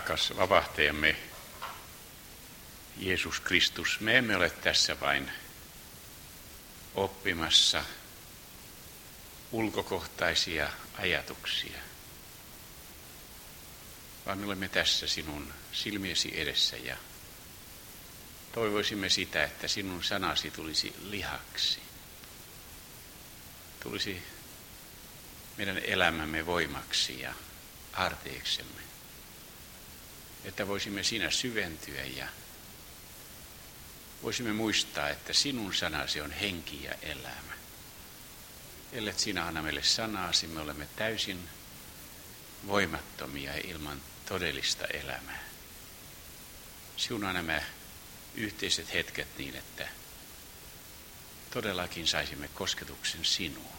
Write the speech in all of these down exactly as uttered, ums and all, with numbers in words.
rakas vapahtajamme Jeesus Kristus, me emme ole tässä vain oppimassa ulkokohtaisia ajatuksia, vaan me olemme tässä sinun silmiesi edessä ja toivoisimme sitä, että sinun sanasi tulisi lihaksi, tulisi meidän elämämme voimaksi ja aarteeksemme, että voisimme siinä syventyä ja voisimme muistaa, että sinun sanasi on henki ja elämä. Ellet sinä anna meille sanasi, me olemme täysin voimattomia ilman todellista elämää. Siunaa nämä yhteiset hetket niin, että todellakin saisimme kosketuksen sinuun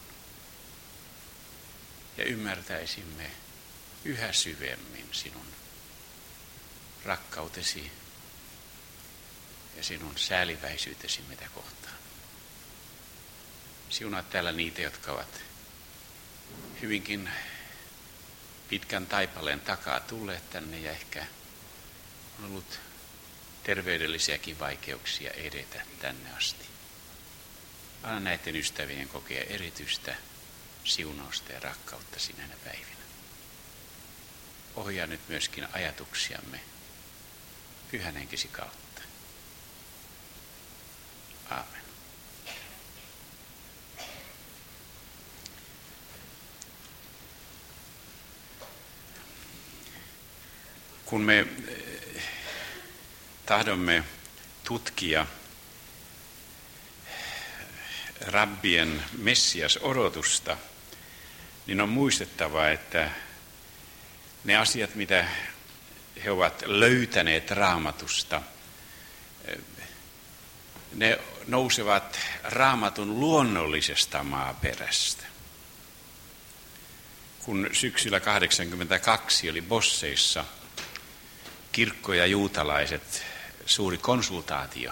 ja ymmärtäisimme yhä syvemmin sinun rakkautesi ja sinun sääliväisyytesi meitä kohtaan. Siunaa täällä niitä, jotka ovat hyvinkin pitkän taipaleen takaa tulleet tänne ja ehkä on ollut terveydellisiäkin vaikeuksia edetä tänne asti. Anna näiden ystävien kokea erityistä siunausta ja rakkautta sinä päivinä. Ohjaa nyt myöskin ajatuksiamme Pyhän Henkesi kautta. Aamen. Kun me tahdomme tutkia rabbien Messias-odotusta, niin on muistettava, että ne asiat, mitä he ovat löytäneet Raamatusta, ne nousevat Raamatun luonnollisesta maaperästä. Kun syksyllä kahdeksankymmentäkaksi oli Bosseissa kirkko ja juutalaiset suuri konsultaatio,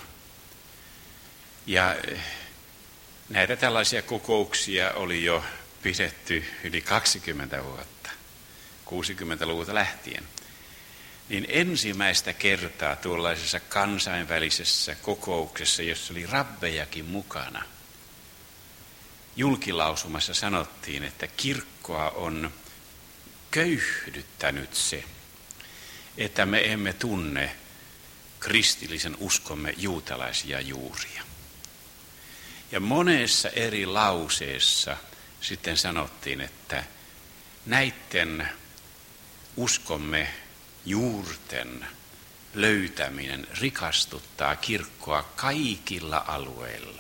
ja näitä tällaisia kokouksia oli jo pidetty yli kaksikymmentä vuotta, kuusikymmentäluvulta lähtien, niin ensimmäistä kertaa tuollaisessa kansainvälisessä kokouksessa, jossa oli rabbejakin mukana, julkilausumassa sanottiin, että kirkkoa on köyhdyttänyt se, että me emme tunne kristillisen uskomme juutalaisia juuria. Ja monessa eri lauseessa sitten sanottiin, että näiden uskomme juurten löytäminen rikastuttaa kirkkoa kaikilla alueilla.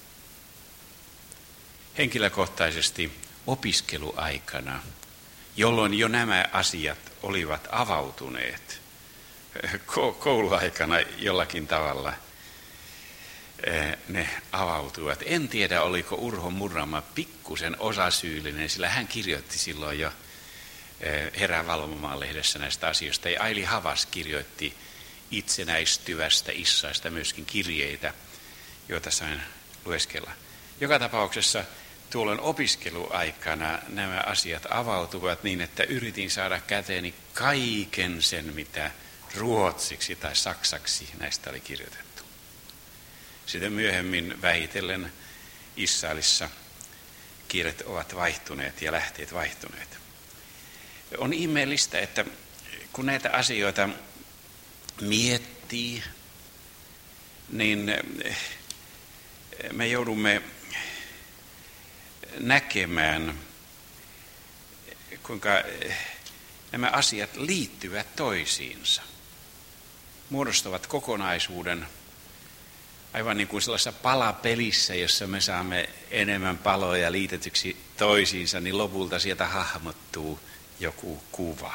Henkilökohtaisesti opiskeluaikana, jolloin jo nämä asiat olivat avautuneet kouluaikana jollakin tavalla, ne avautuivat. En tiedä, oliko Urho Murrama pikkusen osasyyllinen, sillä hän kirjoitti silloin jo Herää valvomaan -lehdessä näistä asioista. Ja Aili Havas kirjoitti itsenäistyvästä Issaista myöskin kirjeitä, joita sain lueskella. Joka tapauksessa tuolloin opiskeluaikana nämä asiat avautuvat niin, että yritin saada käteeni kaiken sen, mitä ruotsiksi tai saksaksi näistä oli kirjoitettu. Sitten myöhemmin vähitellen Israelissa kielet ovat vaihtuneet ja lähteet vaihtuneet. On ihmeellistä, että kun näitä asioita miettii, niin me joudumme näkemään, kuinka nämä asiat liittyvät toisiinsa, muodostavat kokonaisuuden aivan niin kuin sellaisessa palapelissä, jossa me saamme enemmän paloja liitetyksi toisiinsa, niin lopulta sieltä hahmottuu joku kuva.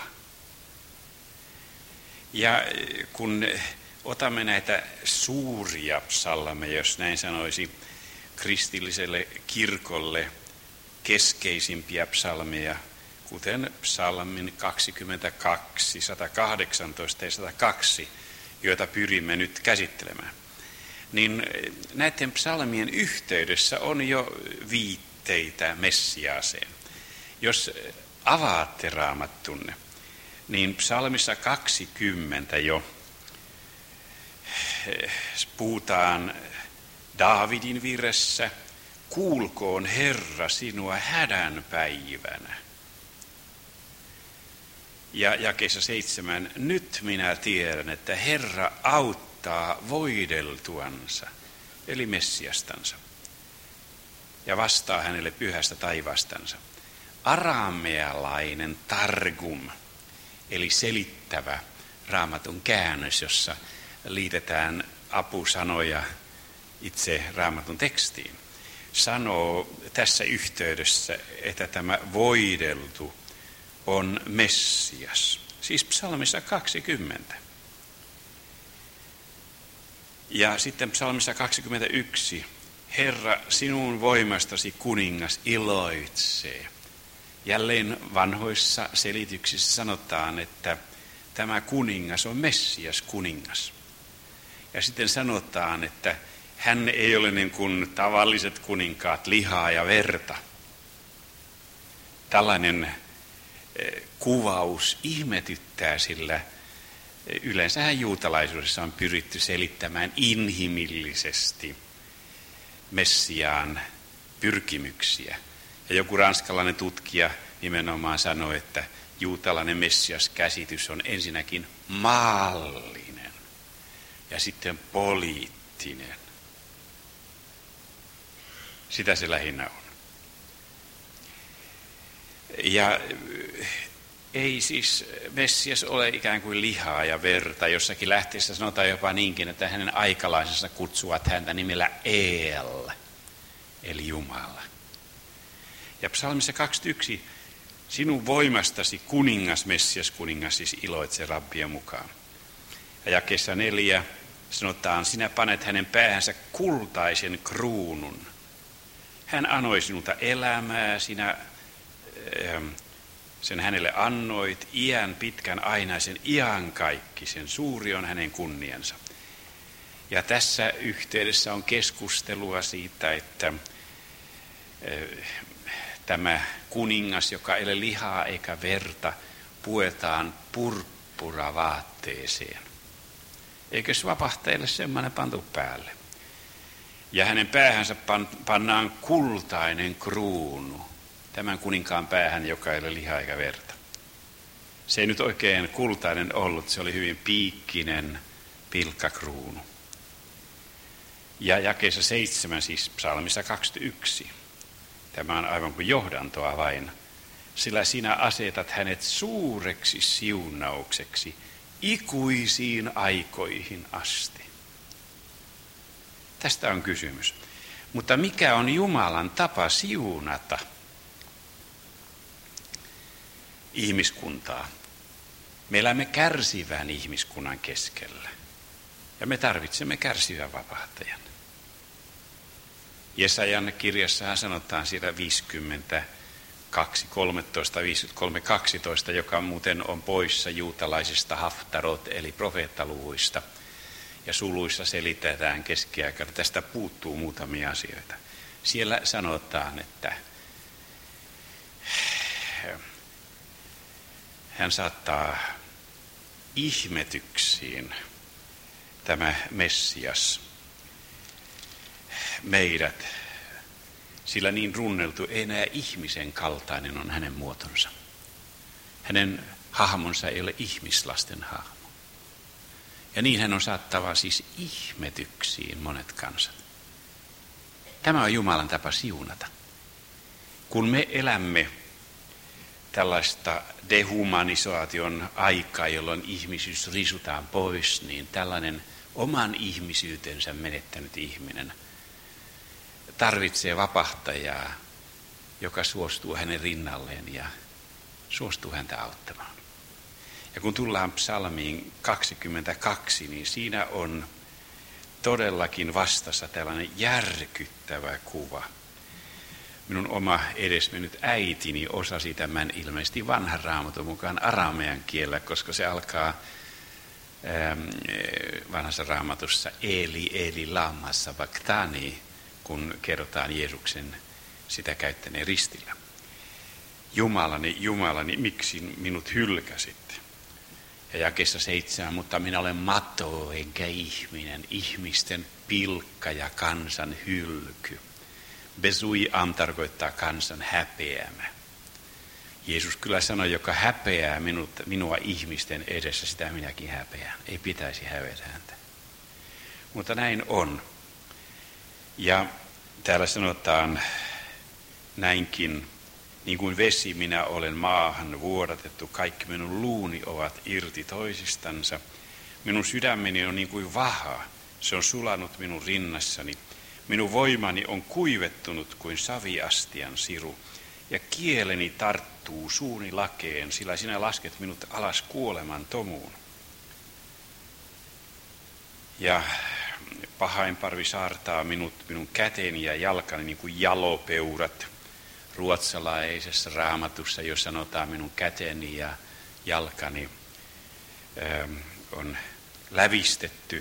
Ja kun otamme näitä suuria psalmeja, jos näin sanoisi, kristilliselle kirkolle keskeisimpiä psalmeja, kuten psalmin kaksikymmentäkaksi, sata kahdeksantoista ja sata kaksi, joita pyrimme nyt käsittelemään, niin näiden psalmien yhteydessä on jo viitteitä Messiaaseen. Jos avaatte Raamattunne niin psalmissa kaksikymmentä jo puhutaan Daavidin virressä, kuulkoon Herra sinua hädän päivänä. Ja jakeessa seitsemän, nyt minä tiedän, että Herra auttaa voideltuansa, eli Messiastansa, ja vastaa hänelle pyhästä taivastansa. Aramealainen targum, eli selittävä Raamatun käännös, jossa liitetään apusanoja itse Raamatun tekstiin, sanoo tässä yhteydessä, että tämä voideltu on Messias, siis psalmissa kaksikymmentä. Ja sitten psalmissa kaksikymmentäyksi, Herra, sinun voimastasi kuningas iloitsee. Jälleen vanhoissa selityksissä sanotaan, että tämä kuningas on Messias kuningas. Ja sitten sanotaan, että hän ei ole niin kuin tavalliset kuninkaat, lihaa ja verta. Tällainen kuvaus ihmetyttää, sillä yleensähän juutalaisuudessa on pyritty selittämään inhimillisesti Messiaan pyrkimyksiä. Ja joku ranskalainen tutkija nimenomaan sanoi, että juutalainen Messias-käsitys on ensinnäkin maallinen ja sitten poliittinen. Sitä se lähinnä on. Ja ei siis Messias ole ikään kuin lihaa ja verta. Jossakin lähteessä sanotaan jopa niinkin, että hänen aikalaisensa kutsuvat häntä nimellä El, eli Jumala. Ja psalmissa kaksikymmentäyksi, sinun voimastasi kuningas, Messias kuningas, siis iloitse Rabbia mukaan. Ja jakeessa neljä sanotaan, sinä panet hänen päähänsä kultaisen kruunun. Hän anoi sinulta elämää, sinä sen hänelle annoit, iän pitkän ainaisen, iankaikkisen, suuri on hänen kunniansa. Ja tässä yhteydessä on keskustelua siitä, että tämä kuningas, joka ei ole lihaa eikä verta, puetaan purppuravaatteeseen. Eikös vapahtajalle semmoinen pantu päälle? Ja hänen päähänsä pannaan kultainen kruunu, tämän kuninkaan päähän, joka ei ole lihaa eikä verta. Se ei nyt oikein kultainen ollut, se oli hyvin piikkinen pilkkakruunu. Ja jakeessa seitsemän, siis psalmissa kaksikymmentäyksi, tämä on aivan kuin johdantoa vain, sillä sinä asetat hänet suureksi siunaukseksi ikuisiin aikoihin asti. Tästä on kysymys. Mutta mikä on Jumalan tapa siunata ihmiskuntaa? Me elämme kärsivän ihmiskunnan keskellä. Ja me tarvitsemme kärsivän vapahtajan. Jesajan kirjassahan sanotaan siellä viisikymmentäkaksi kolmetoista, viisikymmentäkolme kaksitoista, joka muuten on poissa juutalaisista haftarot, eli profeettaluvuista. Ja suluissa selitetään keskiaikana. Tästä puuttuu muutamia asioita. Siellä sanotaan, että hän saattaa ihmetyksiin, tämä Messias, meidät, sillä niin runneltu enää ihmisen kaltainen on hänen muotonsa. Hänen hahmonsa ei ole ihmislasten hahmo. Ja niin hän on saattava siis ihmetyksiin monet kansat. Tämä on Jumalan tapa siunata. Kun me elämme tällaista dehumanisaation aikaa, jolloin ihmisyys risutaan pois, niin tällainen oman ihmisyytensä menettänyt ihminen tarvitsee vapahtajaa, joka suostuu hänen rinnalleen ja suostuu häntä auttamaan. Ja kun tullaan psalmiin kaksikymmentäkaksi, niin siinä on todellakin vastassa tällainen järkyttävä kuva. Minun oma edesmennyt äitini osasi tämän ilmeisesti vanhan Raamatun mukaan aramean kielellä, koska se alkaa ähm, vanhassa Raamatussa Eli, Eli, lama sabachthani, kun kerrotaan Jeesuksen sitä käyttäneen ristillä. Jumalani, Jumalani, miksi minut hylkäsit? Ja jakeessa seitsemän, mutta minä olen mato enkä ihminen, ihmisten pilkka ja kansan hylky. Besui am tarkoittaa kansan häpeämä. Jeesus kyllä sanoi, joka häpeää minut, minua ihmisten edessä, sitä minäkin häpeään. Ei pitäisi hävetä häntä. Mutta näin on. Ja täällä sanotaan näinkin, niin kuin vesi minä olen maahan vuodatettu, kaikki minun luuni ovat irti toisistansa. Minun sydämeni on niin kuin vaha, se on sulanut minun rinnassani. Minun voimani on kuivettunut kuin saviastian siru, ja kieleni tarttuu suuni lakeen, sillä sinä lasket minut alas kuoleman tomuun. Ja pahainparvi saartaa minut, minun käteni ja jalkani niin kuin jalopeurat. Ruotsalaisessa raamatussa, jos sanotaan minun käteni ja jalkani ähm, on lävistetty.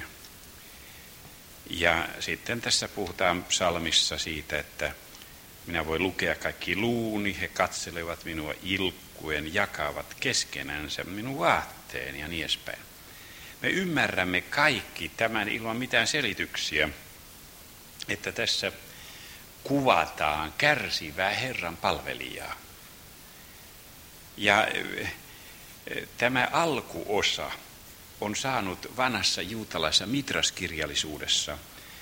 Ja sitten tässä puhutaan psalmissa siitä, että minä voin lukea kaikki luuni, he katselevat minua ilkkuen, jakavat keskenänsä minun vaatteeni ja niin edespäin. Me ymmärrämme kaikki tämän ilman mitään selityksiä, että tässä kuvataan kärsivää Herran palvelijaa. Ja tämä alkuosa on saanut vanhassa juutalaisessa mitraskirjallisuudessa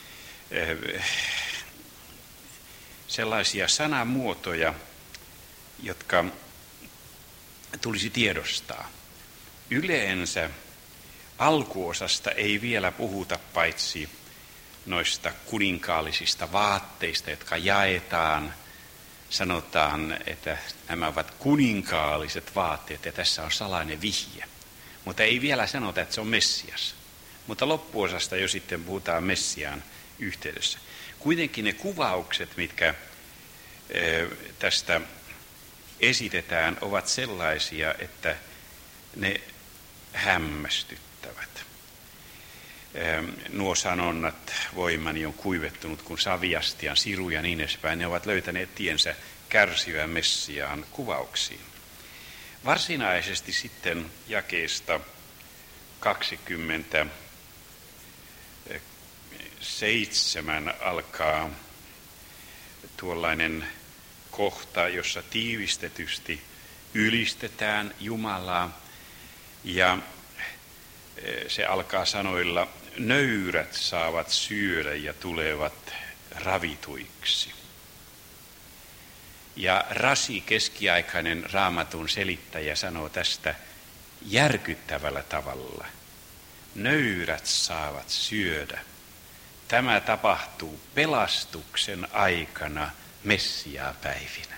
sellaisia sanamuotoja, jotka tulisi tiedostaa. Yleensä alkuosasta ei vielä puhuta paitsi noista kuninkaallisista vaatteista, jotka jaetaan. Sanotaan, että nämä ovat kuninkaalliset vaatteet ja tässä on salainen vihje. Mutta ei vielä sanota, että se on Messias. Mutta loppuosasta jo sitten puhutaan Messiaan yhteydessä. Kuitenkin ne kuvaukset, mitkä tästä esitetään, ovat sellaisia, että ne hämmästyttävät. Nuo sanonnat, voimani on kuivettunut kuin saviastian siru ja niin edespäin, ne ovat löytäneet tiensä kärsivän Messiaan kuvauksiin. Varsinaisesti sitten jakeesta kaksikymmentäseitsemän alkaa tuollainen kohta, jossa tiivistetysti ylistetään Jumalaa, ja se alkaa sanoilla, nöyrät saavat syödä ja tulevat ravituiksi. Ja Rasi, keskiaikainen Raamatun selittäjä, sanoo tästä järkyttävällä tavalla. Nöyrät saavat syödä. Tämä tapahtuu pelastuksen aikana Messiaapäivinä.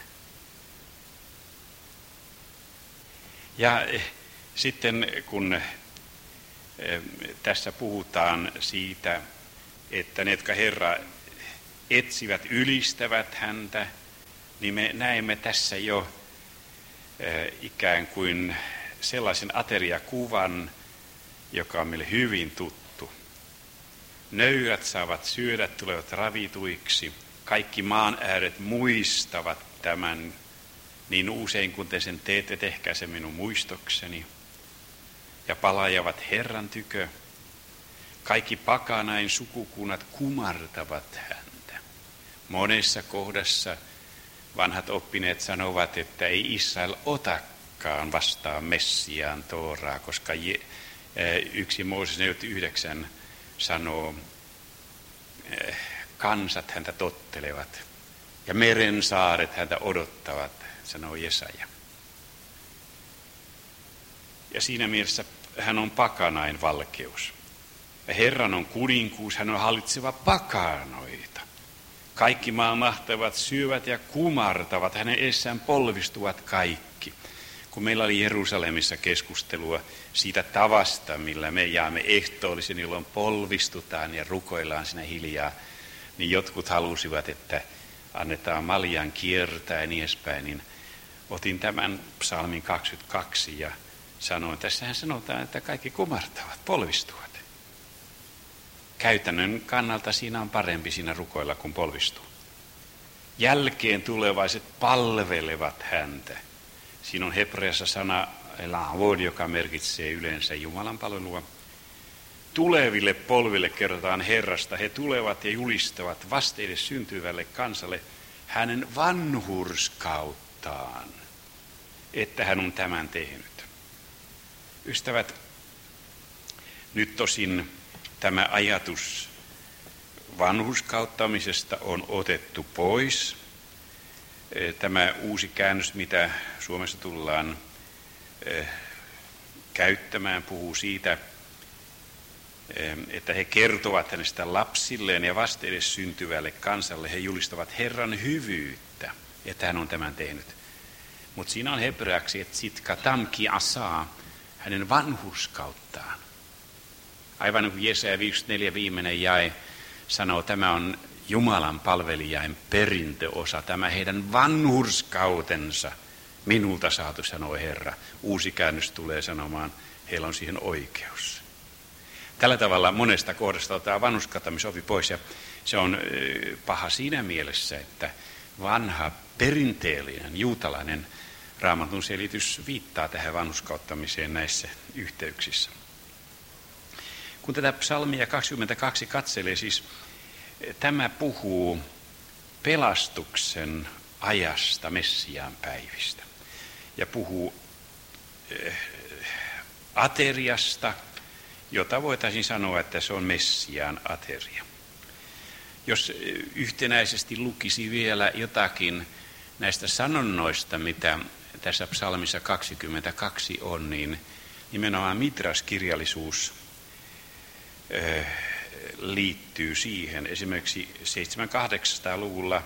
Ja sitten kun tässä puhutaan siitä, että ne, jotka Herra etsivät, ylistävät häntä, niin me näemme tässä jo ikään kuin sellaisen ateriakuvan, joka on meille hyvin tuttu. Nöyrät saavat syödä, tulevat ravituiksi. Kaikki maan ääret muistavat tämän. Niin usein kun te sen teette, tehkää se minun muistokseni. Ja palaajavat Herran tykö. Kaikki pakanain sukukunnat kumartavat häntä. Monessa kohdassa vanhat oppineet sanovat, että ei Israel otakaan vastaan Messiaan Tooraa, koska yksi Mooses neljäkymmentäyhdeksän sanoo, kansat häntä tottelevat ja meren saaret häntä odottavat, sanoo Jesaja. Ja siinä mielessä hän on pakanain valkeus. Ja Herran on kuninkuus, hän on hallitseva pakanoita. Kaikki maan mahtavat syövät ja kumartavat, hänen edessään polvistuvat kaikki. Kun meillä oli Jerusalemissa keskustelua siitä tavasta, millä me jaamme ehtoollisen, jolloin polvistutaan ja rukoillaan siinä hiljaa, niin jotkut halusivat, että annetaan maljan kiertää ja niin edespäin, niin otin tämän psalmin kaksikymmentäkaksi ja sanoin, tässähän sanotaan, että kaikki kumartavat, polvistuvat. Käytännön kannalta siinä on parempi siinä rukoilla kuin polvistua. Jälkeen tulevaiset palvelevat häntä. Siinä on hebreassa sana lavod, joka merkitsee yleensä Jumalan palvelua. Tuleville polville kerrotaan Herrasta. He tulevat ja julistavat vasteiden syntyvälle kansalle hänen vanhurskauttaan, että hän on tämän tehnyt. Ystävät, nyt tosin tämä ajatus vanhurskauttamisesta on otettu pois. Tämä uusi käännös, mitä Suomessa tullaan käyttämään, puhuu siitä, että he kertovat hänestä lapsilleen ja vasteiden syntyvälle kansalle. He julistavat Herran hyvyyttä, että hän on tämän tehnyt. Mutta siinä on hebreaksi, että sitkatam ki asaa, hänen vanhurskauttaan. Aivan niin kuin Jesaja viisikymmentäneljä viimeinen jae sanoo, tämä on Jumalan palvelijain perintöosa, tämä heidän vanhurskautensa. Minulta saatu, sanoo Herra. Uusi käännös tulee sanomaan, heillä on siihen oikeus. Tällä tavalla monesta kohdasta otetaan vanhurskauttamisopi pois, ja se on paha siinä mielessä, että vanha perinteellinen juutalainen Raamatun selitys viittaa tähän vanhurskauttamiseen näissä yhteyksissä. Kun tätä psalmia kaksikymmentäkaksi katselee, siis tämä puhuu pelastuksen ajasta, Messiaan päivistä, ja puhuu ateriasta, jota voitaisiin sanoa, että se on Messiaan ateria. Jos yhtenäisesti lukisi vielä jotakin näistä sanonnoista, mitä tässä psalmissa kaksikymmentäkaksi on, niin nimenomaan Mitras-kirjallisuus liittyy siihen. Esimerkiksi seitsemän-kahdeksansataa-luvulla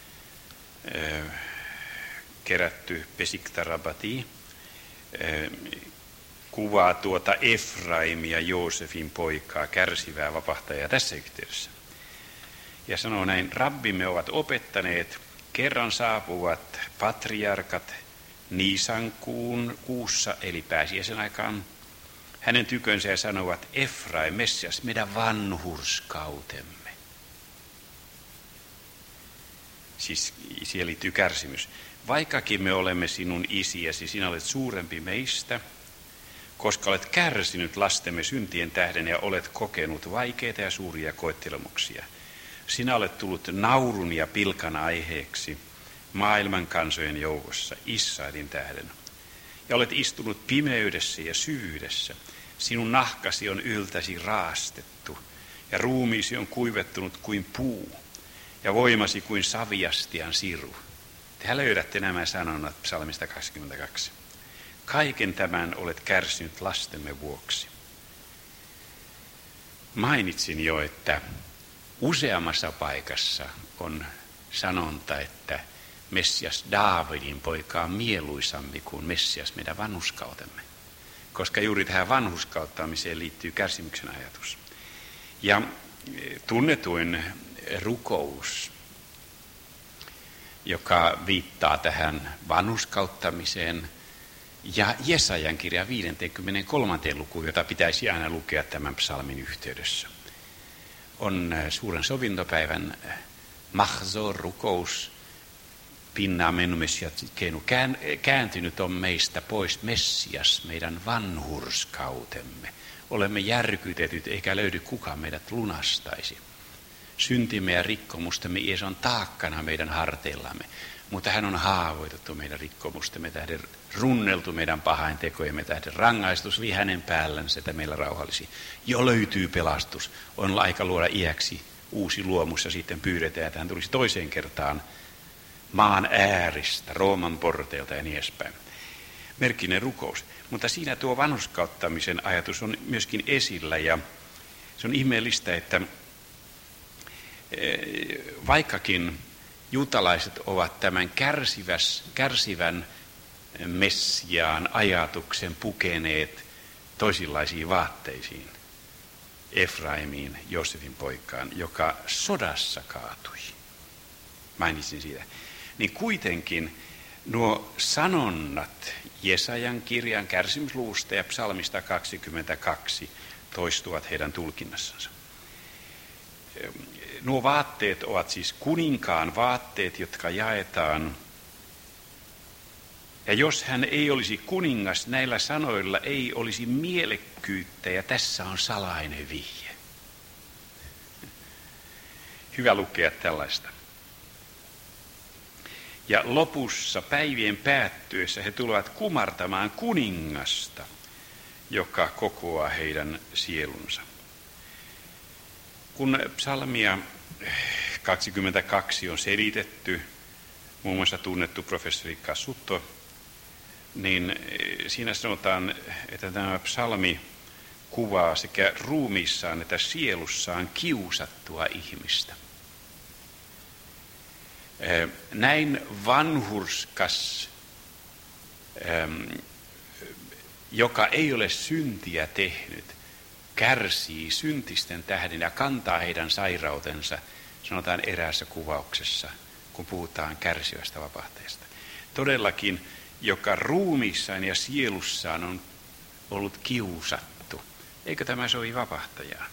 kerätty Besikta-Rabati kuvaa tuota Efraimia, Joosefin poikaa, kärsivää vapahtajaa tässä yhteydessä. Ja sanoo näin, rabbimme ovat opettaneet, kerran saapuvat patriarkat Niisan kuun kuussa, eli pääsiäisen aikaan, hänen tykönsä ja sanovat, Efraim, Messias, meidän vanhurskautemme. Siis siihen liittyy kärsimys. Vaikkakin me olemme sinun isiäsi, sinä olet suurempi meistä, koska olet kärsinyt lastemme syntien tähden ja olet kokenut vaikeita ja suuria koettelemuksia. Sinä olet tullut naurun ja pilkan aiheeksi maailman kansojen joukossa Israelin tähden. Ja olet istunut pimeydessä ja syvyydessä. Sinun nahkasi on yltäsi raastettu ja ruumiisi on kuivettunut kuin puu ja voimasi kuin saviastian siru. Tehän löydätte nämä sanonnat psalmista kaksikymmentäkaksi. Kaiken tämän olet kärsinyt lastemme vuoksi. Mainitsin jo, että useammassa paikassa on sanonta, että Messias Daavidin poika on mieluisampi kuin Messias meidän vanhurskautemme, koska juuri tähän vanhurskauttamiseen liittyy kärsimyksen ajatus. Ja tunnetuin rukous, joka viittaa tähän vanhurskauttamiseen, ja Jesajan kirja viisikymmentäkolme lukuun, jota pitäisi aina lukea tämän psalmin yhteydessä, on suuren sovintopäivän mahzor-rukous. Pinnaa mennyt Messias, kääntynyt on meistä pois Messias, meidän vanhurskautemme. Olemme järkytetyt, eikä löydy kukaan meidät lunastaisi. Syntimme ja rikkomustemme Jeesus on taakkana meidän harteillamme, mutta hän on haavoitettu meidän rikkomustemme tähden, runneltu meidän pahaintekojemme tähden, rangaistus vi hänen päällänsä, että meillä rauhallisi. Jo löytyy pelastus, on aika luoda iäksi uusi luomus ja sitten pyydetään, että hän tulisi toiseen kertaan maan ääristä, Rooman porteilta ja niin edespäin. Merkkinen rukous. Mutta siinä tuo vanhurskauttamisen ajatus on myöskin esillä, ja se on ihmeellistä, että vaikkakin juutalaiset ovat tämän kärsiväs, kärsivän Messiaan ajatuksen pukeneet toisenlaisiin vaatteisiin, Efraimiin, Joosefin poikaan, joka sodassa kaatui. Mainitsin siitä. Niin kuitenkin nuo sanonnat Jesajan kirjan kärsimysluvusta ja psalmista kaksikymmentäkaksi toistuvat heidän tulkinnassansa. Nuo vaatteet ovat siis kuninkaan vaatteet, jotka jaetaan Ja jos hän ei olisi kuningas, näillä sanoilla ei olisi mielekkyyttä, ja tässä on salainen vihje. Hyvä lukea tällaista. Ja lopussa päivien päättyessä he tulevat kumartamaan kuningasta, joka kokoaa heidän sielunsa. Kun psalmia kaksikymmentäkaksi on selitetty, muun muassa tunnettu professori Cassuto, niin siinä sanotaan, että tämä psalmi kuvaa sekä ruumiissaan että sielussaan kiusattua ihmistä. Näin vanhurskas, joka ei ole syntiä tehnyt, kärsii syntisten tähden ja kantaa heidän sairautensa, sanotaan eräässä kuvauksessa, kun puhutaan kärsivästä vapahtajasta. Todellakin, joka ruumiissaan ja sielussaan on ollut kiusattu. Eikö tämä sovi vapahtajaan?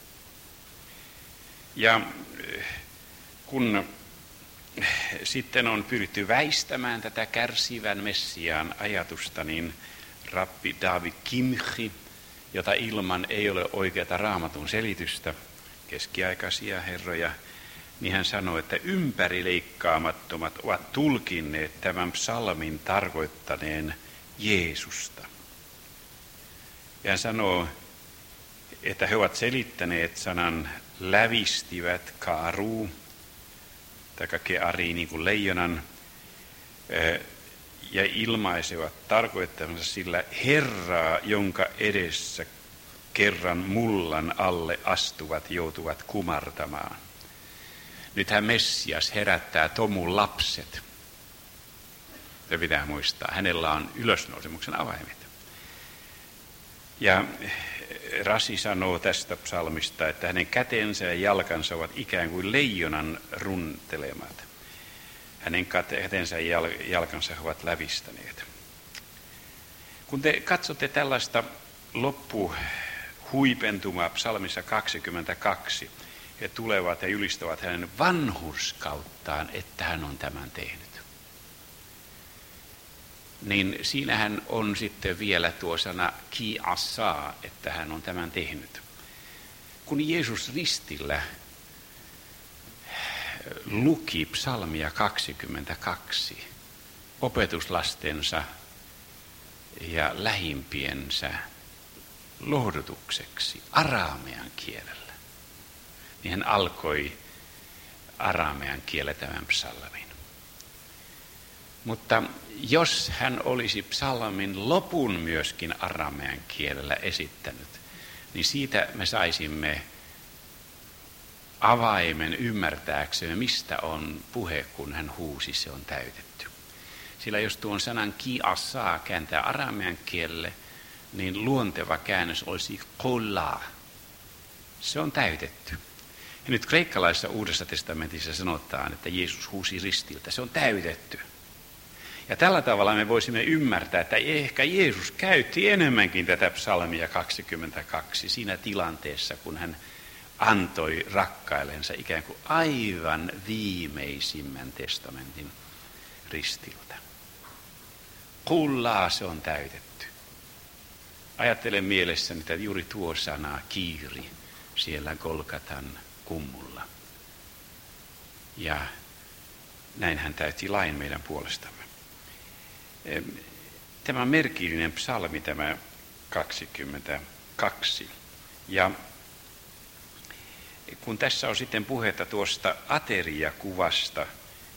Ja kun sitten on pyritty väistämään tätä kärsivän Messiaan ajatusta, niin rabbi David Kimchi, jota ilman ei ole oikeata raamatun selitystä, keskiaikaisia herroja, niin hän sanoi, että ympärileikkaamattomat ovat tulkinneet tämän psalmin tarkoittaneen Jeesusta. Ja hän sanoo, että he ovat selittäneet sanan lävistivät kaaruu, tai keari niin kuin leijonan, ja ilmaisevat tarkoittavansa sillä Herraa, jonka edessä kerran mullan alle astuvat joutuvat kumartamaan. Nythän Messias herättää Tomun lapset. Se pitää muistaa. Hänellä on ylösnousemuksen avaimet. Ja Rasi sanoo tästä psalmista, että hänen kätensä ja jalkansa ovat ikään kuin leijonan runtelemat. Hänen kätensä ja jalkansa ovat lävistäneet. Kun te katsotte tällaista loppuhuipentumaa psalmissa kaksikymmentäkaksi, he tulevat ja julistavat hänen vanhurskauttaan, että hän on tämän tehnyt. Niin siinähän on sitten vielä tuo sana ki asa, että hän on tämän tehnyt. Kun Jeesus ristillä luki psalmia kaksikymmentäkaksi opetuslastensa ja lähimpiensä lohdutukseksi araamean kielellä, niin hän alkoi araamean kielellä tämän psalmin. Mutta jos hän olisi psalmin lopun myöskin aramean kielellä esittänyt, niin siitä me saisimme avaimen ymmärtääksemme, mistä on puhe, kun hän huusi, se on täytetty. Sillä jos tuon sanan ki asa kääntää aramean kielelle, niin luonteva käännös olisi kolla. Se on täytetty. Ja nyt kreikkalaisessa Uudessa testamentissa sanotaan, että Jeesus huusi ristiltä, se on täytetty. Ja tällä tavalla me voisimme ymmärtää, että ehkä Jeesus käytti enemmänkin tätä psalmia kaksikymmentäkaksi siinä tilanteessa, kun hän antoi rakkaillensa ikään kuin aivan viimeisimmän testamentin ristiltä. Kullaa, se on täytetty. Ajattelen mielessäni, että juuri tuo sana kiiri siellä Golgatan kummulla. Ja näin hän täytti lain meidän puolestamme. Tämä on merkillinen psalmi, tämä kaksikymmentäkaksi. Ja kun tässä on sitten puhetta tuosta ateriakuvasta,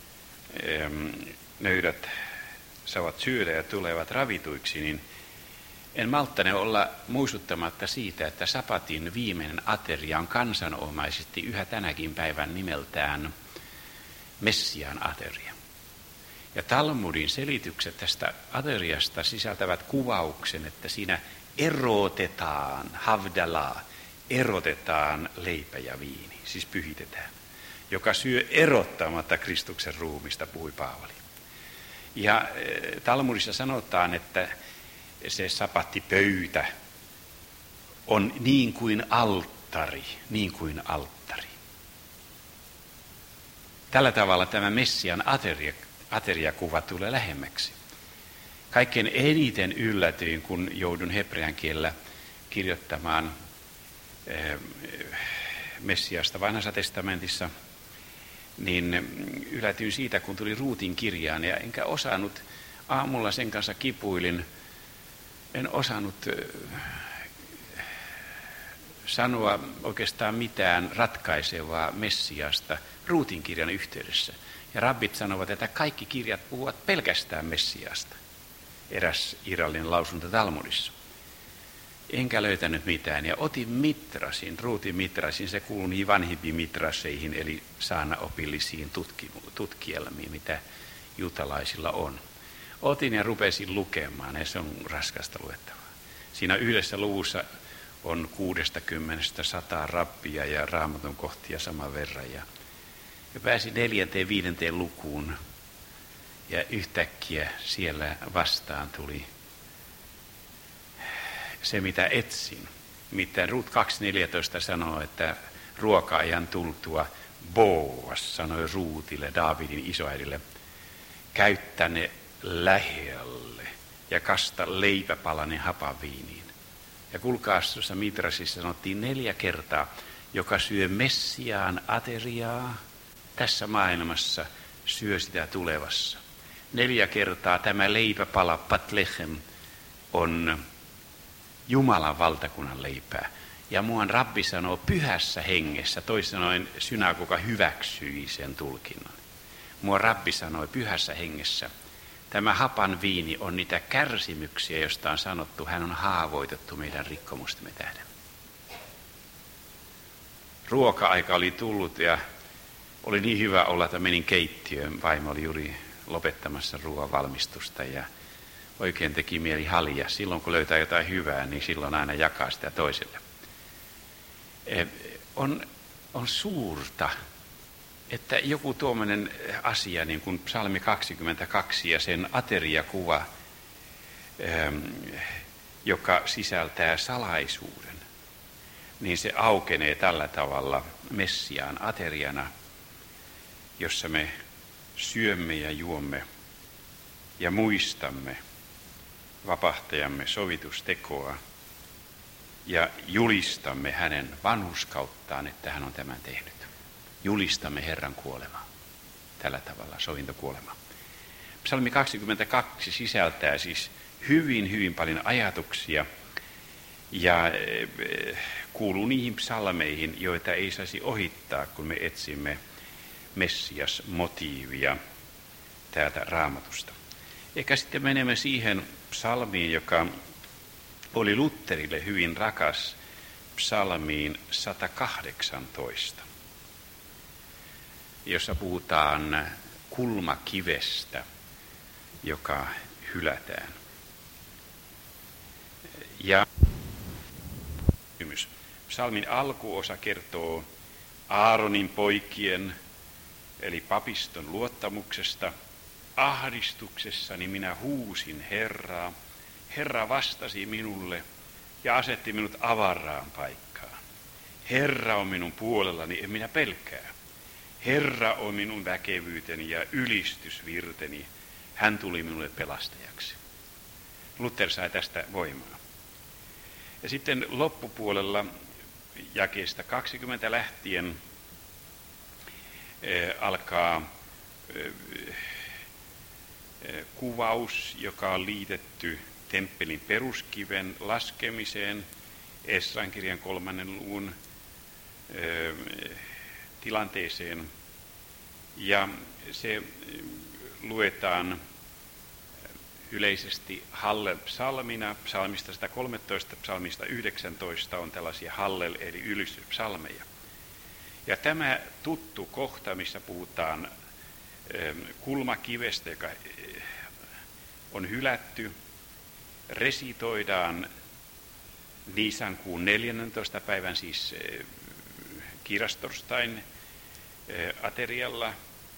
nöydät saavat syödä ja tulevat ravituiksi, niin en malttane olla muistuttamatta siitä, että sapatin viimeinen ateria on kansanomaisesti yhä tänäkin päivän nimeltään Messiaan ateria. Ja Talmudin selitykset tästä ateriasta sisältävät kuvauksen, että siinä erotetaan, havdalaa, erotetaan leipä ja viini, siis pyhitetään, joka syö erottamatta Kristuksen ruumista, puhui Paavali. Ja Talmudissa sanotaan, että se sapattipöytä on niin kuin alttari, niin kuin alttari. Tällä tavalla tämä Messian ateria, ateriakuva tulee lähemmäksi. Kaikkein eniten yllätyin, kun joudun hebrean kielellä kirjoittamaan Messiasta vanhassa testamentissa, niin yllätyin siitä, kun tuli Ruutin kirjaan, ja enkä osannut, aamulla sen kanssa kipuilin, en osannut sanoa oikeastaan mitään ratkaisevaa Messiasta Ruutin kirjan yhteydessä. Ja rabbit sanovat, että kaikki kirjat puhuvat pelkästään Messiasta. Eräs irallinen lausunto Talmudissa. Enkä löytänyt mitään, ja otin mitrasin, Ruutin mitrasin, se kuuluu niihin vanhimpiin mitraseihin, eli saanaopillisiin tutkielmiin, mitä juutalaisilla on. Otin ja rupesin lukemaan, ja se on raskasta luettavaa. Siinä yhdessä luvussa on kuudestakymmenestä sataan rabbia ja Raamatun kohtia saman verran. Ja, ja pääsin neljänteen, viidenteen lukuun, ja yhtäkkiä siellä vastaan tuli se, mitä etsin. Nimittäin Rut kaksi neljätoista sanoo, että ruoka-ajan tultua Boas sanoi Ruutille, Daavidin isoäidille, käyttä ne lähelle ja kasta leipäpalanen hapaviiniin. Ja kuulkaas, tuossa Mitrasissa sanottiin neljä kertaa, joka syö Messiaan ateriaa tässä maailmassa, syö sitä tulevassa. Neljä kertaa tämä leipäpala, patlechem, on Jumalan valtakunnan leipää. Ja muuan rabbi sanoo pyhässä hengessä, toisin sanoen synagoga hyväksyi sen tulkinnan. Muuan rabbi sanoi pyhässä hengessä, tämä hapan viini on niitä kärsimyksiä, joista on sanottu, hän on haavoitettu meidän rikkomustemme tähden. Ruoka-aika oli tullut ja oli niin hyvä olla, että menin keittiöön. Vaimo oli juuri lopettamassa ruoan valmistusta ja oikein teki mieli halia. Silloin kun löytää jotain hyvää, niin silloin aina jakaa sitä toiselle. On, on suurta, että joku tuommoinen asia, niin kuin psalmi kaksikymmentäkaksi ja sen ateriakuva, joka sisältää salaisuuden, niin se aukenee tällä tavalla Messiaan ateriana, jossa me syömme ja juomme ja muistamme vapahtajamme sovitustekoa ja julistamme hänen vanhurskauttaan, että hän on tämän tehnyt. Julistamme Herran kuolemaa. Tällä tavalla sovintokuolemaa. Psalmi kaksikymmentäkaksi sisältää siis hyvin, hyvin paljon ajatuksia ja kuuluu niihin psalmeihin, joita ei saisi ohittaa, kun me etsimme Messias-motiivia täältä Raamatusta. Eikä sitten menemme siihen psalmiin, joka oli Lutherille hyvin rakas, psalmiin sata kahdeksantoista, jossa puhutaan kulmakivestä, joka hylätään. Ja psalmin alkuosa kertoo Aaronin poikien, eli papiston luottamuksesta. Ahdistuksessani minä huusin Herraa. Herra vastasi minulle ja asetti minut avaraan paikkaan. Herra on minun puolellani, en minä pelkää. Herra on minun väkevyyteni ja ylistysvirteni. Hän tuli minulle pelastajaksi. Luther sai tästä voimaa. Ja sitten loppupuolella jakeesta kaksikymmentä lähtien eh, alkaa eh, kuvaus, joka on liitetty temppelin peruskiven laskemiseen, Esran kirjan kolmannen luvun ö, tilanteeseen. Ja se luetaan yleisesti Hallel-psalmina, psalmista sata kolmetoista, psalmista yhdeksäntoista on tällaisia Hallel- eli ylistyspsalmeja. Ja tämä tuttu kohta, missä puhutaan kulmakivestä, joka on hylätty, resitoidaan Niisankuun neljännentoista päivän, siis kiirastorstain aterialla,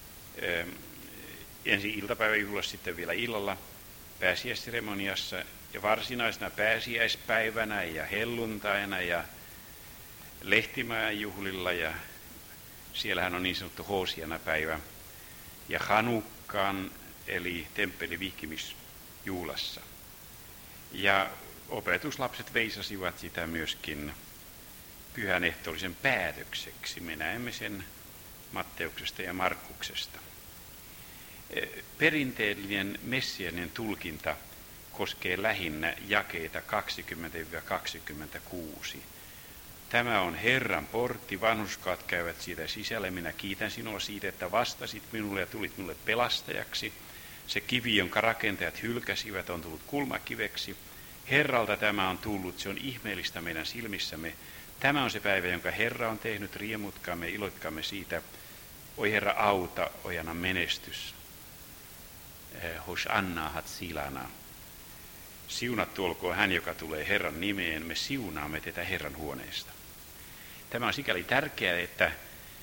ensin iltapäiväjuhlassa, sitten vielä illalla pääsiäisseremoniassa ja varsinaisena pääsiäispäivänä ja helluntaina ja lehtimäen juhlilla, ja siellähän on niin sanottu Hoosiana päivä, ja Hanukkaan eli temppelin vihkimispäivänä juhlassa. Ja opetuslapset veisasivat sitä myöskin pyhän ehtoollisen päätökseksi. Me näemme sen Matteuksesta ja Markuksesta. Perinteellinen messiaaninen tulkinta koskee lähinnä jakeita kaksikymmentä kaksikymmentäkuusi. Tämä on Herran portti, vanhurskaat käyvät siitä sisälle. Minä kiitän sinua siitä, että vastasit minulle ja tulit minulle pelastajaksi. Se kivi, jonka rakentajat hylkäsivät, on tullut kulmakiveksi. Herralta tämä on tullut, se on ihmeellistä meidän silmissämme. Tämä on se päivä, jonka Herra on tehnyt, riemutkaamme ja iloitkaamme siitä. Oi Herra, auta, oi anna menestys. Hosanna hatsilana. Siunattu olkoon hän, joka tulee Herran nimeen. Me siunaamme tätä Herran huoneesta. Tämä on sikäli tärkeää, että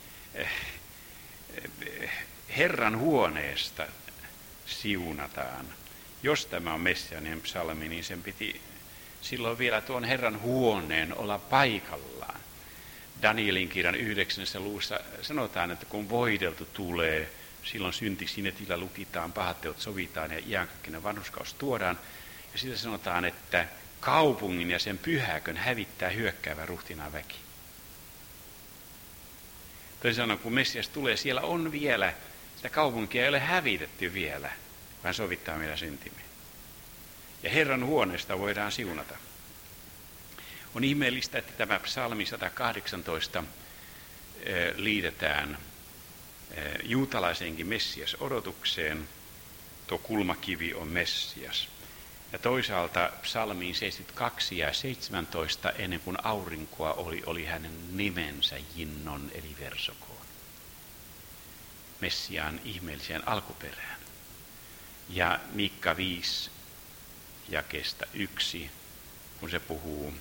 Herran huoneesta siunataan. Jos tämä on messiaaninen psalmi, niin sen piti silloin vielä tuon Herran huoneen olla paikallaan. Danielin kirjan yhdeksännessä luvussa sanotaan, että kun voideltu tulee, silloin synti sinetillä lukitaan, pahat teot sovitaan ja iankaikkinen vanhurskaus tuodaan. Ja sitten sanotaan, että kaupungin ja sen pyhäkön hävittää hyökkäävä ruhtinaan väki. Toisin sanoen, kun Messias tulee, siellä on vielä, sitä kaupunkia ei ole hävitetty vielä, vaan sovittaa meidän syntimme. Ja Herran huoneesta voidaan siunata. On ihmeellistä, että tämä psalmi sata kahdeksantoista liitetään juutalaisenkin Messias-odotukseen. Tuo kulmakivi on Messias. Ja toisaalta psalmiin seitsemänkymmentäkaksi ja seitsemäntoista, ennen kuin aurinkoa oli, oli hänen nimensä Jinnon eli versokoon. Messiaan ihmeelliseen alkuperään. Ja Miikka viisi jakeesta yksi, kun se puhuu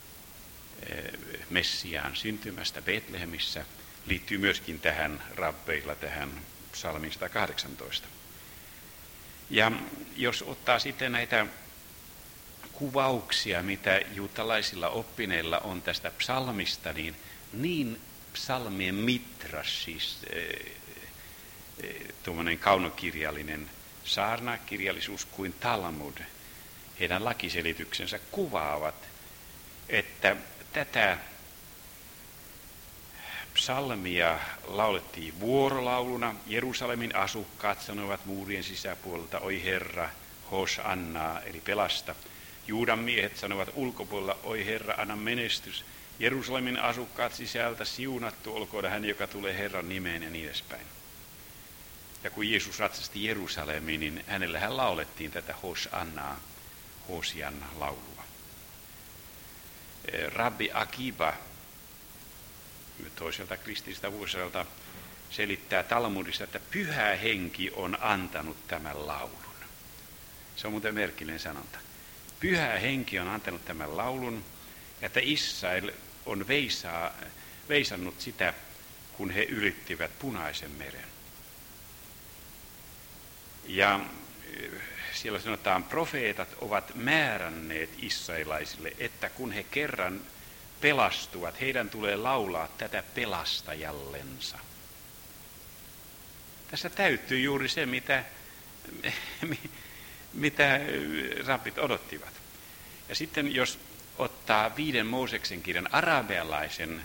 Messiaan syntymästä Betlehemissä, liittyy myöskin tähän rabbeilla, tähän psalmiin sata kahdeksantoista. Ja jos ottaa sitten näitä kuvauksia, mitä juutalaisilla oppineilla on tästä psalmista, niin niin psalmien mitras, siis tuommoinen kaunokirjallinen saarnakirjallisuus kuin Talmud, heidän lakiselityksensä kuvaavat, että tätä psalmia laulettiin vuorolauluna. Jerusalemin asukkaat sanoivat muurien sisäpuolelta, oi Herra, Hosannaa, eli pelasta. Juudan miehet sanovat ulkopuolella, oi Herra, anna menestys. Jerusalemin asukkaat sisältä, siunattu olkoon hän, joka tulee Herran nimeen ja niin edespäin. Ja kun Jeesus ratsasti Jerusalemiin, niin hänellähän laulettiin tätä Hosannaa, Hosian laulua. Rabbi Akiba toiselta kristilliseltä vuosisadalta selittää Talmudissa, että pyhä henki on antanut tämän laulun. Se on muuten merkillinen sanonta. Pyhä henki on antanut tämän laulun, että Israel on veisaa, veisannut sitä, kun he ylittivät Punaisen meren. Ja siellä sanotaan, profeetat ovat määränneet israelaisille, että kun he kerran pelastuvat, heidän tulee laulaa tätä pelastajallensa. Tässä täyttyy juuri se, mitä, mitä rabbit odottivat. Ja sitten jos ottaa viiden Mooseksen kirjan arabialaisen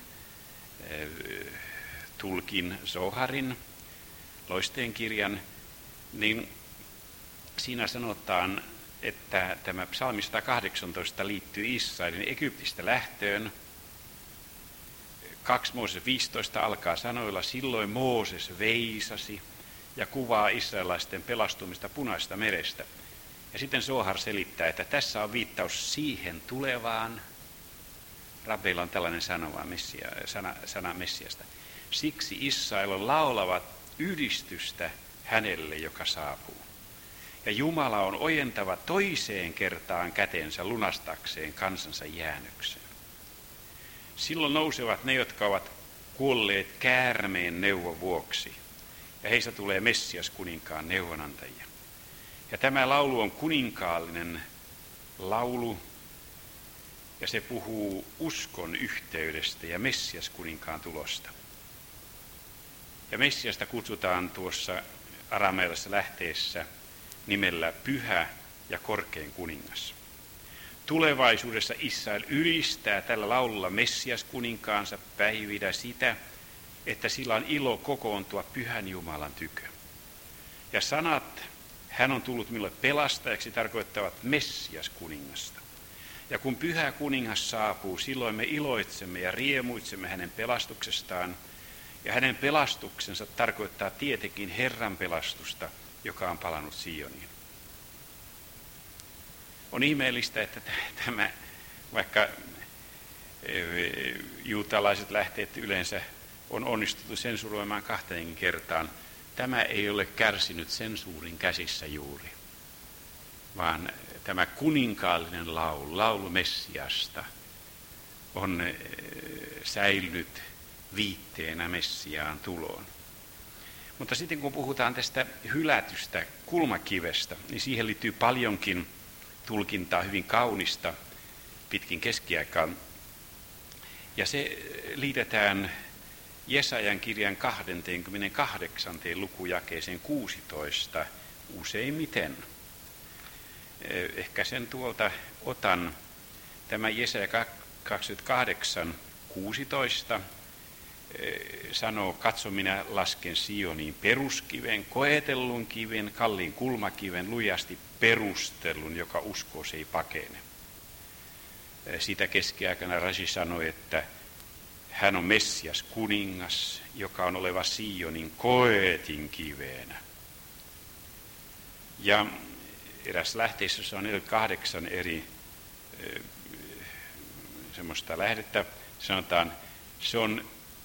tulkin Zoharin, loisteen kirjan, niin siinä sanotaan, että tämä psalmi sata kahdeksantoista liittyy Israelin Egyptistä lähtöön. kaksi Mooses viisitoista alkaa sanoilla, silloin Mooses veisasi ja kuvaa israelaisten pelastumista Punaisesta merestä. Ja sitten Zohar selittää, että tässä on viittaus siihen tulevaan. Rabbeilla on tällainen sanova, messia, sana, sana Messiasta. Siksi Israel laulavat ylistystä hänelle, joka saapuu. Ja Jumala on ojentava toiseen kertaan kätensä lunastakseen kansansa jäännöksen. Silloin nousevat ne, jotka ovat kuolleet käärmeen neuvon vuoksi. Ja heistä tulee Messias kuninkaan neuvonantajia. Ja tämä laulu on kuninkaallinen laulu. Ja se puhuu uskon yhteydestä ja Messias kuninkaan tulosta. Ja Messiasta kutsutaan tuossa aramealaisessa lähteessä nimellä pyhä ja korkein kuningas. Tulevaisuudessa Israel ylistää tällä laululla Messias kuninkaansa päivinä sitä, että sillä on ilo kokoontua Pyhän Jumalan tykö. Ja sanat, hän on tullut minulle pelastajaksi, tarkoittavat Messias kuningasta. Ja kun Pyhä kuningas saapuu, silloin me iloitsemme ja riemuitsemme hänen pelastuksestaan. Ja hänen pelastuksensa tarkoittaa tietenkin Herran pelastusta, joka on palannut Sioniin. On ihmeellistä, että tämä, vaikka juutalaiset lähteet yleensä on onnistuttu sensuroimaan kahteenkin kertaan, tämä ei ole kärsinyt sensuurin käsissä juuri, vaan tämä kuninkaallinen laulu, laulu Messiasta, on säilynyt viitteenä Messiaan tuloon. Mutta sitten kun puhutaan tästä hylätystä kulmakivestä, niin siihen liittyy paljonkin tulkintaa, hyvin kaunista pitkin keskiaikaan. Ja se liitetään Jesajan kirjan kaksikymmentäkahdeksan lukujakeeseen kuusitoista useimmiten. Ehkä sen tuolta otan. Tämä Jesaja kaksikymmentäkahdeksan kuusitoista sanoo, katso minä lasken Sioniin peruskiven, koetellun kiven, kalliin kulmakiven, lujasti perustellun, joka uskoo se ei pakene. Sitä keskiaikana Rashi sanoi, että hän on Messias kuningas, joka on oleva Sionin koetin kiveenä. Ja eräs lähteissä on neljäkymmentäkahdeksan eri e, semmoista lähdettä, sanotaan, se on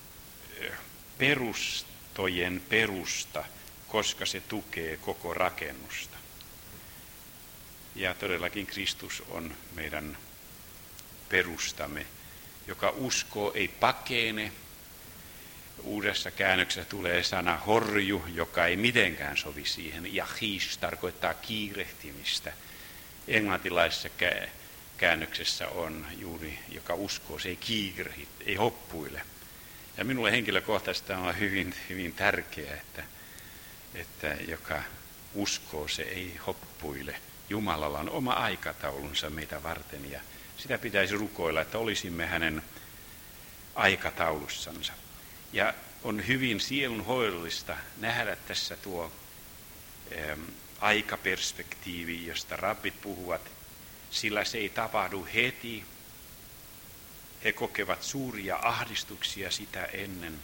perustojen perusta, koska se tukee koko rakennusta. Ja todellakin Kristus on meidän perustamme, joka uskoo ei pakene. Uudessa käännöksessä tulee sana horju, joka ei mitenkään sovi siihen. Jahish tarkoittaa kiirehtimistä. Englantilaisessa käännöksessä on juuri, joka uskoo, se ei kiirehdi, ei hoppuile. Ja minulle henkilökohtaisesti on hyvin, hyvin tärkeää, että, että joka uskoo, se ei hoppuile. Jumalalla on oma aikataulunsa meitä varten ja sitä pitäisi rukoilla, että olisimme hänen aikataulussansa. Ja on hyvin sielunhoidollista nähdä tässä tuo ä, aikaperspektiivi, josta rabbit puhuvat, sillä se ei tapahdu heti. He kokevat suuria ahdistuksia sitä ennen.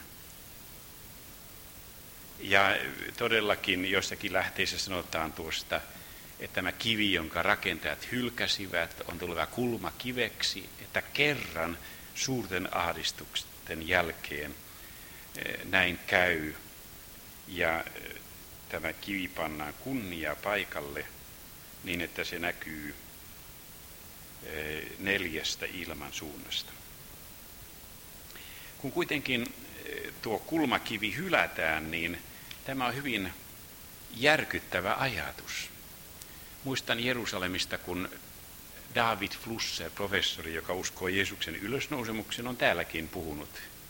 Ja todellakin jossakin lähteissä sanotaan tuosta, että tämä kivi, jonka rakentajat hylkäsivät, on tuleva kulmakiveksi, että kerran suurten ahdistusten jälkeen näin käy. Ja tämä kivi pannaan kunnia paikalle niin, että se näkyy neljästä ilman suunnasta. Kun kuitenkin tuo kulmakivi hylätään, niin tämä on hyvin järkyttävä ajatus. Muistan Jerusalemista, kun David Flusser, professori, joka uskoo Jeesuksen ylösnousemuksen, on täälläkin puhunut.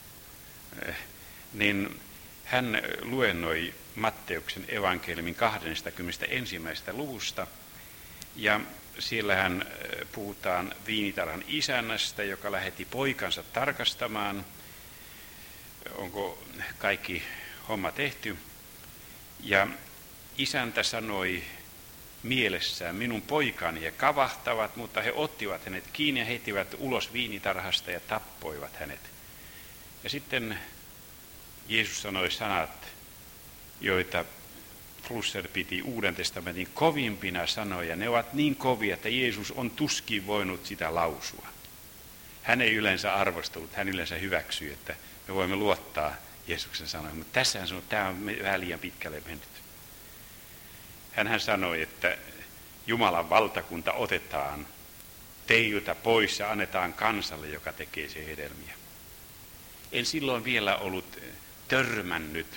Niin hän luennoi Matteuksen evankeliumin kaksikymmentäyksi luvusta, ja siellähän puhutaan viinitarhan isännästä, joka lähetti poikansa tarkastamaan, onko kaikki homma tehty. Ja isäntä sanoi mielessään, minun poikani he kavahtavat, mutta he ottivat hänet kiinni ja heitivät ulos viinitarhasta ja tappoivat hänet. Ja sitten Jeesus sanoi sanat, joita Flusser piti Uuden testamentin kovimpina sanoja. Ne ovat niin kovia, että Jeesus on tuskin voinut sitä lausua. Hän ei yleensä arvostellut, hän yleensä hyväksyi, että me voimme luottaa Jeesuksen sanoihin. Mutta tässä hän sanoi, että tämä on vähän liian pitkälle mennyt. Hän sanoi, että Jumalan valtakunta otetaan teiltä pois ja annetaan kansalle, joka tekee sen hedelmiä. En silloin vielä ollut törmännyt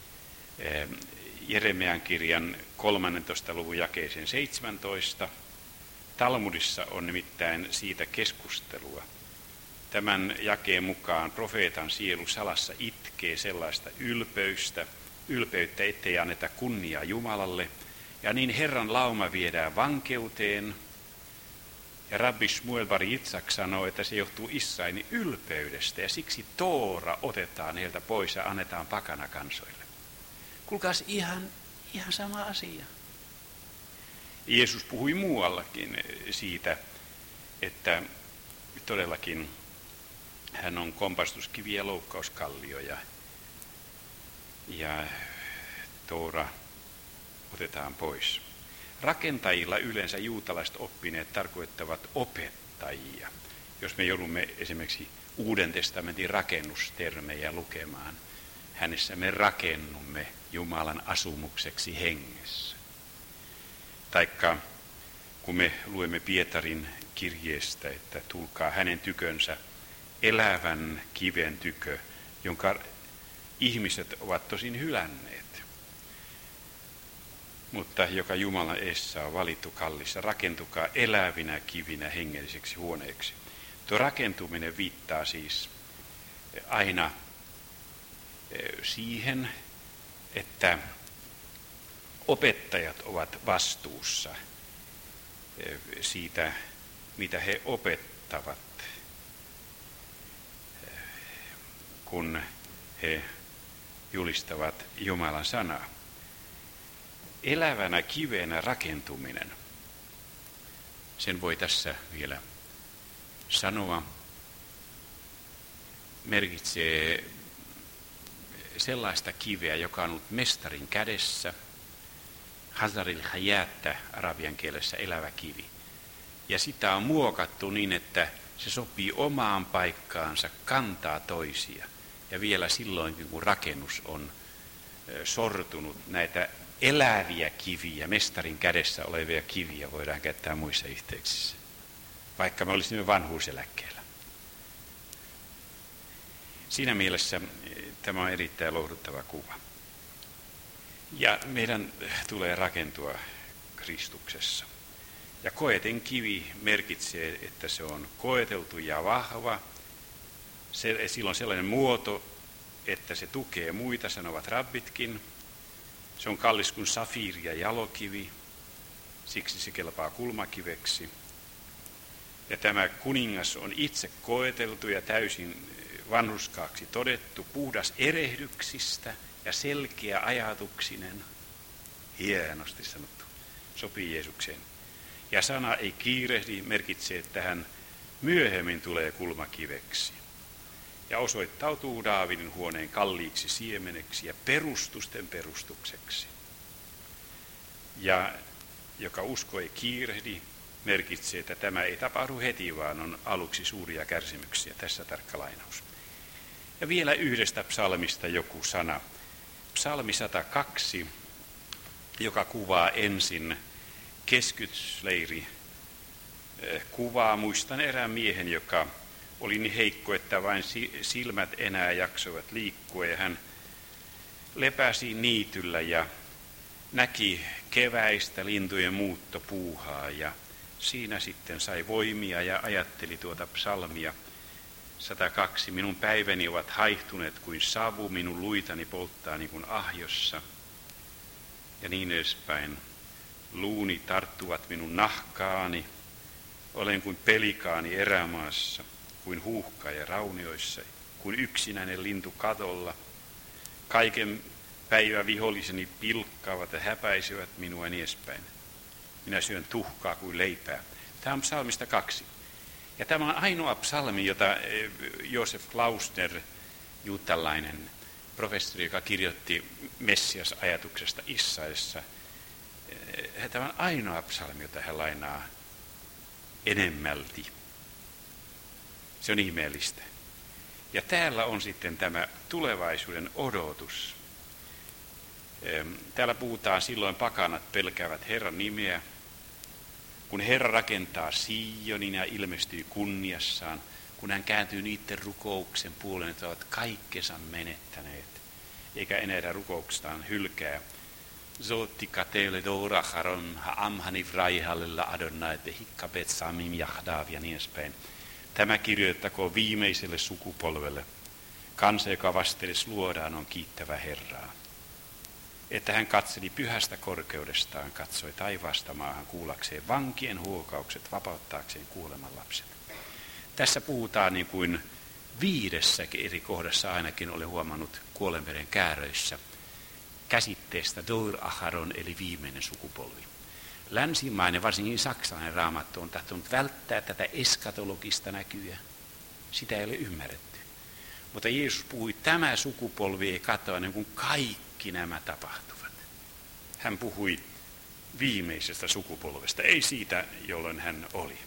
Jeremian kirjan kolmannentoista luvun jakeeseen seitsemäntoista. Talmudissa on nimittäin siitä keskustelua. Tämän jakeen mukaan profeetan sielu salassa itkee sellaista ylpeystä, ylpeyttä, ettei anneta kunniaa Jumalalle, Ja niin Herran lauma viedään vankeuteen. Ja Rabbi Shmuel bar Yitzhak sanoo, että se johtuu Israelin ylpeydestä ja siksi Toora otetaan heiltä pois ja annetaan pakanakansoille. Kuulkaas ihan, ihan sama asia. Jeesus puhui muuallakin siitä, että todellakin hän on kompastuskivi ja loukkauskallio ja, ja Toora otetaan pois. Rakentajilla yleensä juutalaiset oppineet tarkoittavat opettajia. Jos me joudumme esimerkiksi Uuden testamentin rakennustermejä lukemaan, hänessä me rakennumme Jumalan asumukseksi hengessä. Taikka kun me luemme Pietarin kirjeestä, että tulkaa hänen tykönsä elävän kiven tykö, jonka ihmiset ovat tosin hylänneet, mutta joka Jumalan edessä on valittu kallissa. Rakentukaa elävinä kivinä hengelliseksi huoneeksi. Tuo rakentuminen viittaa siis aina siihen, että opettajat ovat vastuussa siitä, mitä he opettavat, kun he julistavat Jumalan sanaa. Elävänä kivenä rakentuminen, sen voi tässä vielä sanoa, merkitsee sellaista kiveä, joka on ollut mestarin kädessä, Hazaril Hayatta arabian kielessä elävä kivi. Ja sitä on muokattu niin, että se sopii omaan paikkaansa, kantaa toisia. Ja vielä silloinkin, kun rakennus on sortunut, näitä eläviä kiviä, mestarin kädessä olevia kiviä voidaan käyttää muissa yhteyksissä, vaikka me olisimme vanhuuseläkkeellä. Siinä mielessä tämä on erittäin lohduttava kuva. Ja meidän tulee rakentua Kristuksessa. Ja koeten kivi merkitsee, että se on koeteltu ja vahva. Se, sillä on sellainen muoto, että se tukee muita, sanovat rabbitkin. Se on kallis kuin safiiri ja jalokivi, siksi se kelpaa kulmakiveksi. Ja tämä kuningas on itse koeteltu ja täysin vanhurskaaksi todettu, puhdas erehdyksistä ja selkeä ajatuksinen. Hienosti sanottu, sopii Jeesukseen. Ja sana ei kiirehdi, merkitsee, että hän myöhemmin tulee kulmakiveksi. Ja osoittautuu Daavidin huoneen kalliiksi siemeneksi ja perustusten perustukseksi. Ja joka usko ei kiirehdi, merkitsee, että tämä ei tapahdu heti, vaan on aluksi suuria kärsimyksiä. Tässä tarkka lainaus. Ja vielä yhdestä psalmista joku sana. Psalmi sata kaksi, joka kuvaa ensin keskitysleiri kuvaa. Muistan erään miehen, joka oli niin heikko, että vain silmät enää jaksoivat liikkua, ja hän lepäsi niityllä ja näki keväistä lintujen muuttopuuhaa, ja siinä sitten sai voimia ja ajatteli tuota psalmia sata kaksi. Minun päiväni ovat haihtuneet kuin savu, minun luitani polttaa niin kuin ahjossa, ja niin edespäin. Luuni tarttuvat minun nahkaani, olen kuin pelikaani erämaassa, kuin huuhkaaja raunioissa, kuin yksinäinen lintu katolla. Kaiken päivä viholliseni pilkkaavat ja häpäisevät minua niin edespäin. Minä syön tuhkaa kuin leipää. Tämä on psalmista kaksi. Ja tämä on ainoa psalmi, jota Josef Klausner, juutalainen professori, joka kirjoitti Messias-ajatuksesta Israelissa, tämä on ainoa psalmi, jota hän lainaa enemmälti. Se on ihmeellistä. Ja täällä on sitten tämä tulevaisuuden odotus. Täällä puhutaan silloin pakanat pelkäävät Herran nimeä. Kun Herra rakentaa Sionin ja ilmestyy kunniassaan, kun hän kääntyy niiden rukouksen puoleen, että ovat kaikkensa menettäneet, eikä enää rukouksestaan hylkää. Zotti kateele dora haron ha'am hanivrai hallella adonnai tehikkabet samim jahdav ja niin edespäin. Tämä kirjoittakoon viimeiselle sukupolvelle. Kansa, joka vastedes luodaan, on kiittävä Herraa. että hän katseli pyhästä korkeudestaan, katsoi taivaasta maahan kuullakseen vankien huokaukset, vapauttaakseen kuoleman lapset. Tässä puhutaan niin kuin viidessäkin eri kohdassa ainakin olen huomannut kuolenveden kääröissä käsitteestä Dor Aharon eli viimeinen sukupolvi. Länsimainen, varsinkin saksalainen raamattu on tahtonut välttää tätä eskatologista näkyä. Sitä ei ole ymmärretty. Mutta Jeesus puhui, tämä sukupolvi ei katoa ennen kuin kaikki nämä tapahtuvat. Hän puhui viimeisestä sukupolvesta, ei siitä, jolloin hän oli.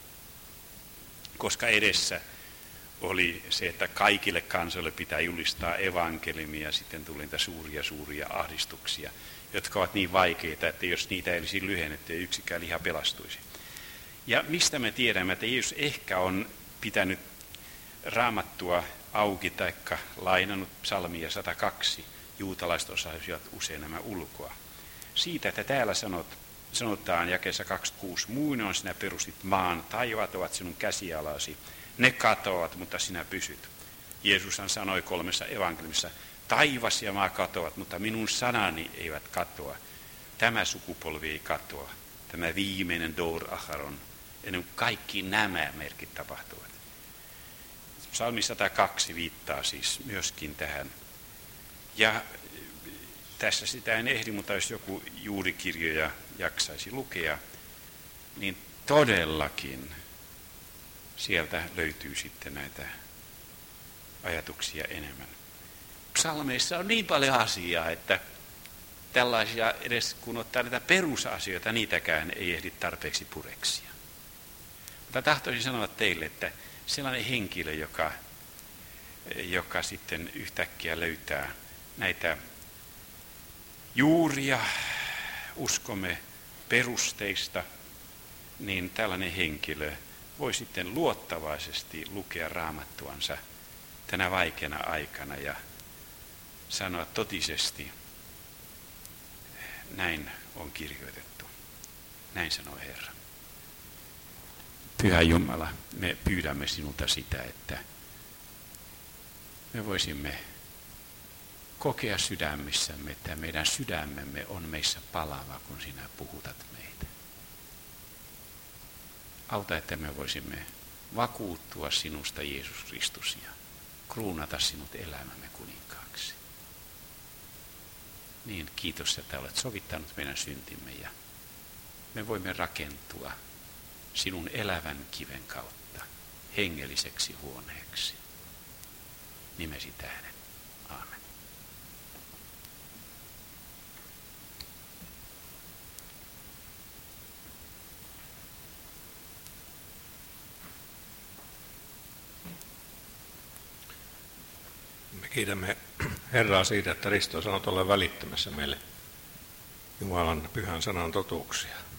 Koska edessä oli se, että kaikille kansoille pitää julistaa evankeliumia, ja sitten tuli niitä suuria, suuria ahdistuksia, jotka ovat niin vaikeita, että jos niitä ei olisi lyhennetty, ei yksikään liha pelastuisi. Ja mistä me tiedämme, että Jeesus ehkä on pitänyt raamattua auki taikka lainannut psalmia sata kaksi, juutalaiset osasivat usein nämä ulkoa. Siitä, että täällä sanot, sanotaan jakeessa kaksikymmentäkuusi, muinoin sinä perustit maan, taivaat ovat sinun käsialasi, ne katoavat, mutta sinä pysyt. Jeesushan sanoi kolmessa evankeliumissa, taivas ja maa katoavat, mutta minun sanani eivät katoa. Tämä sukupolvi ei katoa, tämä viimeinen Dor Aharon, ennen kuin kaikki nämä merkit tapahtuvat. Psalmi sata kaksi viittaa siis myöskin tähän. Ja tässä sitä en ehdi, mutta jos joku juurikirjoja jaksaisi lukea, niin todellakin sieltä löytyy sitten näitä ajatuksia enemmän. Psalmeissa on niin paljon asiaa, että tällaisia edes kun ottaa näitä perusasioita, niitäkään ei ehdi tarpeeksi pureksia. Mutta tahtoisin sanoa teille, että sellainen henkilö, joka, joka sitten yhtäkkiä löytää näitä juuria uskomme perusteista, niin tällainen henkilö voi sitten luottavaisesti lukea raamattuansa tänä vaikeana aikana ja sanoa totisesti, näin on kirjoitettu, näin sanoo Herra. Pyhä Jumala, me pyydämme sinulta sitä, että me voisimme kokea sydämissämme, että meidän sydämemme on meissä palava, kun sinä puhutat meitä. Auta, että me voisimme vakuuttua sinusta, Jeesus Kristus, ja kruunata sinut elämämme kuninkaaksi. Niin, kiitos, että olet sovittanut meidän syntimme ja me voimme rakentua sinun elävän kiven kautta hengelliseksi huoneeksi. Nimesi tähden. Aamen. Me kiitämme Herraa siitä, että Risto on sanonut olla välittämässä meille Jumalan pyhän sanan totuuksia.